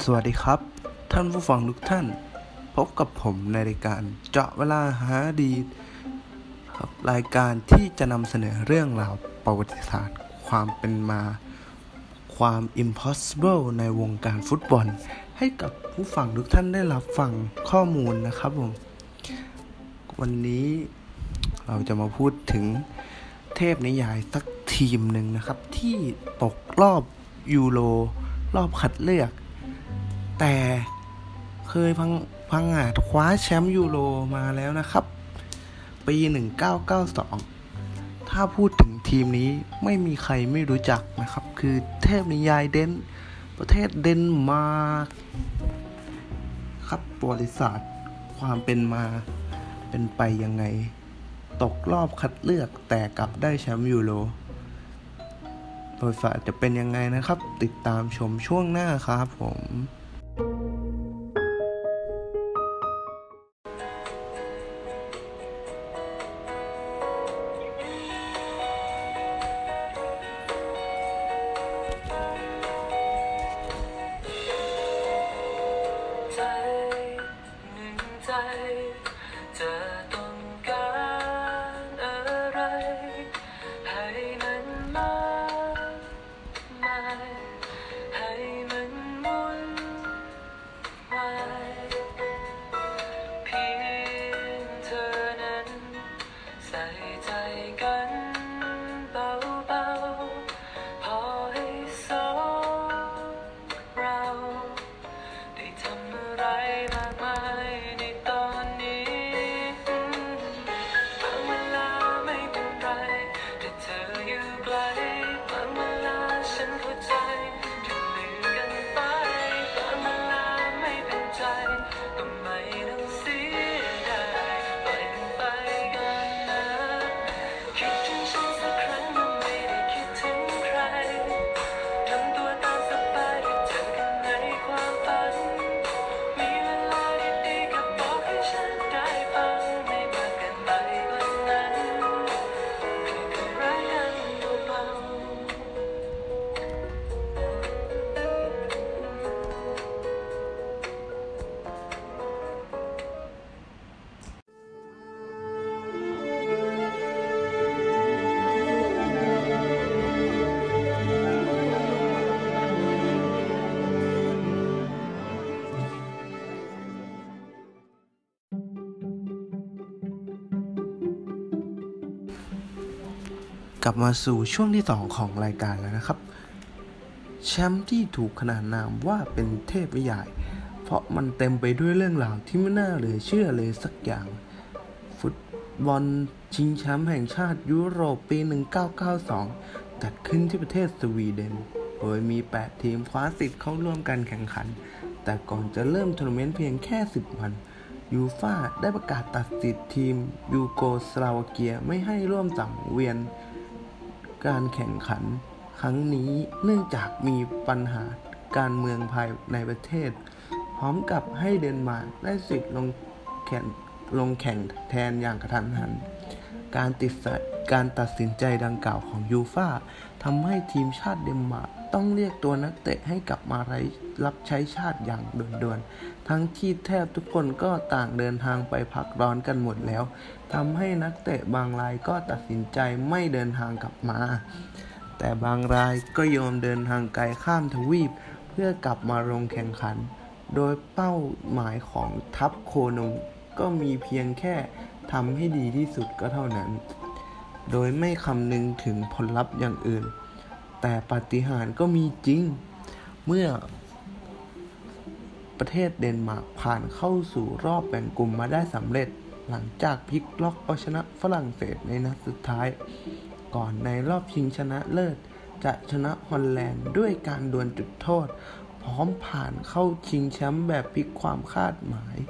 วัสดีครับท่านผู้ฟังทุกท่านพบกับผมในรายการเจาะเวลาหาอดีตครับรายการที่จะนำเสนอเรื่องราวประวัติศาสตร์ความเป็นมาความ impossible ในวงการฟุตบอลให้กับผู้ฟังทุกท่านได้รับฟังข้อมูลนะครับผมวันนี้เราจะมาพูดถึงเทพนิยายสักทีมหนึ่งนะครับที่ตกรอบยูโรรอบคัดเลือกแต่เคยพังอาจคว้าแชมป์ยูโรมาแล้วนะครับปี1992ถ้าพูดถึงทีมนี้ไม่มีใครไม่รู้จักนะครับคือเทพนิยายประเทศเดนมาร์กครับประวัติศาสตร์ความเป็นมาเป็นไปยังไงตกรอบคัดเลือกแต่กลับได้แชมป์ยูโรประวัติศาสตร์จะเป็นยังไงนะครับติดตามชมช่วงหน้าครับผมจะต้องการอะไรให้มันมากมายให้มันวุ่นวายเพียงเธอนั้นใส่ใจกันเบาๆพอให้สองเราได้ทำอะไรมากมายในตอนนี้บางเวลาไม่เป็นไรแต่เธออยู่ไกลบางเวลาฉันเข้าใจจะลืมกันไปบางเวลาไม่เป็นใจก็ไม่ต้องเสียดายปล่อยมันไปกันนะคิดถึงฉันสักครั้งมันไม่ได้คิดถึงใครทำตัวตามสบายได้เจอกันในความฝันมีเวลาดีๆก็บอกให้ฉันได้ฟังไม่มากเกินไปกว่านั้นแค่รักกันเบาๆกลับมาสู่ช่วงที่2ของรายการแล้วนะครับแชมป์ที่ถูกขนานนามว่าเป็นเทพนิยายเพราะมันเต็มไปด้วยเรื่องราวที่ไม่น่าเหลือเชื่อเลยสักอย่างฟุตบอลชิงแชมป์แห่งชาติยุโรปปี1992จัดขึ้นที่ประเทศสวีเดนโดยมี8ทีมคว้าสิทธิ์เข้าร่วมการแข่งขันแต่ก่อนจะเริ่มทัวร์นาเมนต์เพียงแค่10 วันยูฟ่าได้ประกาศตัดสิทธิ์ทีมยูโกสลาวาเกียไม่ให้ร่วมสังเวียนการแข่งขันครั้งนี้เนื่องจากมีปัญหาการเมืองภายในประเทศพร้อมกับให้เดนมาร์กได้สิทธิ์ลงแข่งแทนอย่างกระทันหันการตัดสินใจดังกล่าวของยูฟ่าทำให้ทีมชาติเดนมาร์กต้องเรียกตัวนักเตะให้กลับมารับใช้ชาติอย่างด่วนๆทั้งที่แทบทุกคนก็ต่างเดินทางไปพักร้อนกันหมดแล้วทำให้นักเตะบางรายก็ตัดสินใจไม่เดินทางกลับมาแต่บางรายก็ยอมเดินทางไกลข้ามทวีปเพื่อกลับมาลงแข่งขันโดยเป้าหมายของทัพโคนมก็มีเพียงแค่ทำให้ดีที่สุดก็เท่านั้นโดยไม่คำนึงถึงผลลัพธ์อย่างอื่นแต่ปาฏิหาริย์ก็มีจริงเมื่อประเทศเดนมาร์กผ่านเข้าสู่รอบแบ่งกลุ่มมาได้สำเร็จหลังจากพลิกล็อกเอาชนะฝรั่งเศสในนัดสุดท้ายก่อนในรอบชิงชนะเลิศจะชนะฮอลแลนด์ด้วยการดวลจุดโทษพร้อมผ่านเข้าชิงแชมป์แบบพลิกความคาดหมาย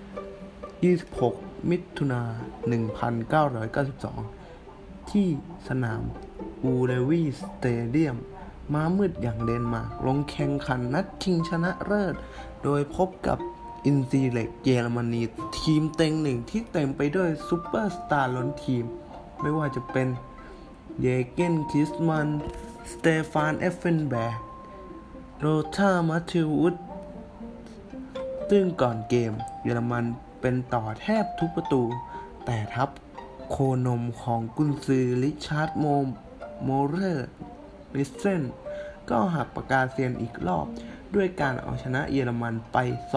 26 มิถุนายน 1992ที่สนามอูเลวีสเตเดียมม้ามืดอย่างเดนมาร์กลงแข่งขันนัดชิงชนะเลิศโดยพบกับ อินซีเล็กเยอรมนีทีมเต็งหนึ่งที่เต็มไปด้วยซุปเปอร์สตาร์ล้นทีมไม่ว่าจะเป็นเยเกนคริสมัน สเตฟานเอฟเฟนแบร์โรธา มัทธิวอุสซึ่งก่อนเกมเยอรมันเป็นต่อแทบทุกประตู แต่ทัพโคนมของกุนซือริชาร์ดโมเรอร์นิสเซนก็หักปากกาเซียนอีกรอบด้วยการเอาชนะเยอรมันไป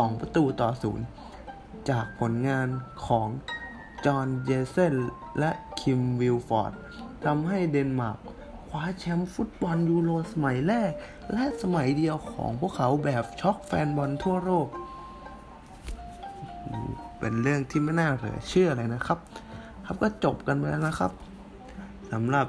2-0จากผลงานของจอห์นเยเซนและคิมวิลฟอร์ดทำให้เดนมาร์กคว้าแชมป์ฟุตบอลยูโรสมัยแรกและสมัยเดียวของพวกเขาแบบช็อกแฟนบอลทั่วโลกเป็นเรื่องที่ไม่น่าเหลือเชื่อเลยนะครับก็จบกันไปแล้วนะครับสำหรับ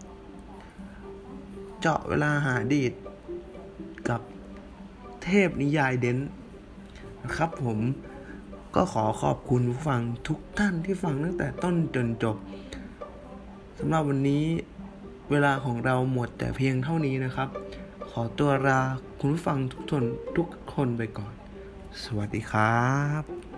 เจาะเวลาหาอดีตกับเทพนิยายเดนนะครับผมก็ขอขอบคุณผู้ฟังทุกท่านที่ฟังตั้งแต่ต้นจนจบสำหรับวันนี้เวลาของเราหมดแต่เพียงเท่านี้นะครับขอตัวลาคุณผู้ฟังทุกคนไปก่อนสวัสดีครับ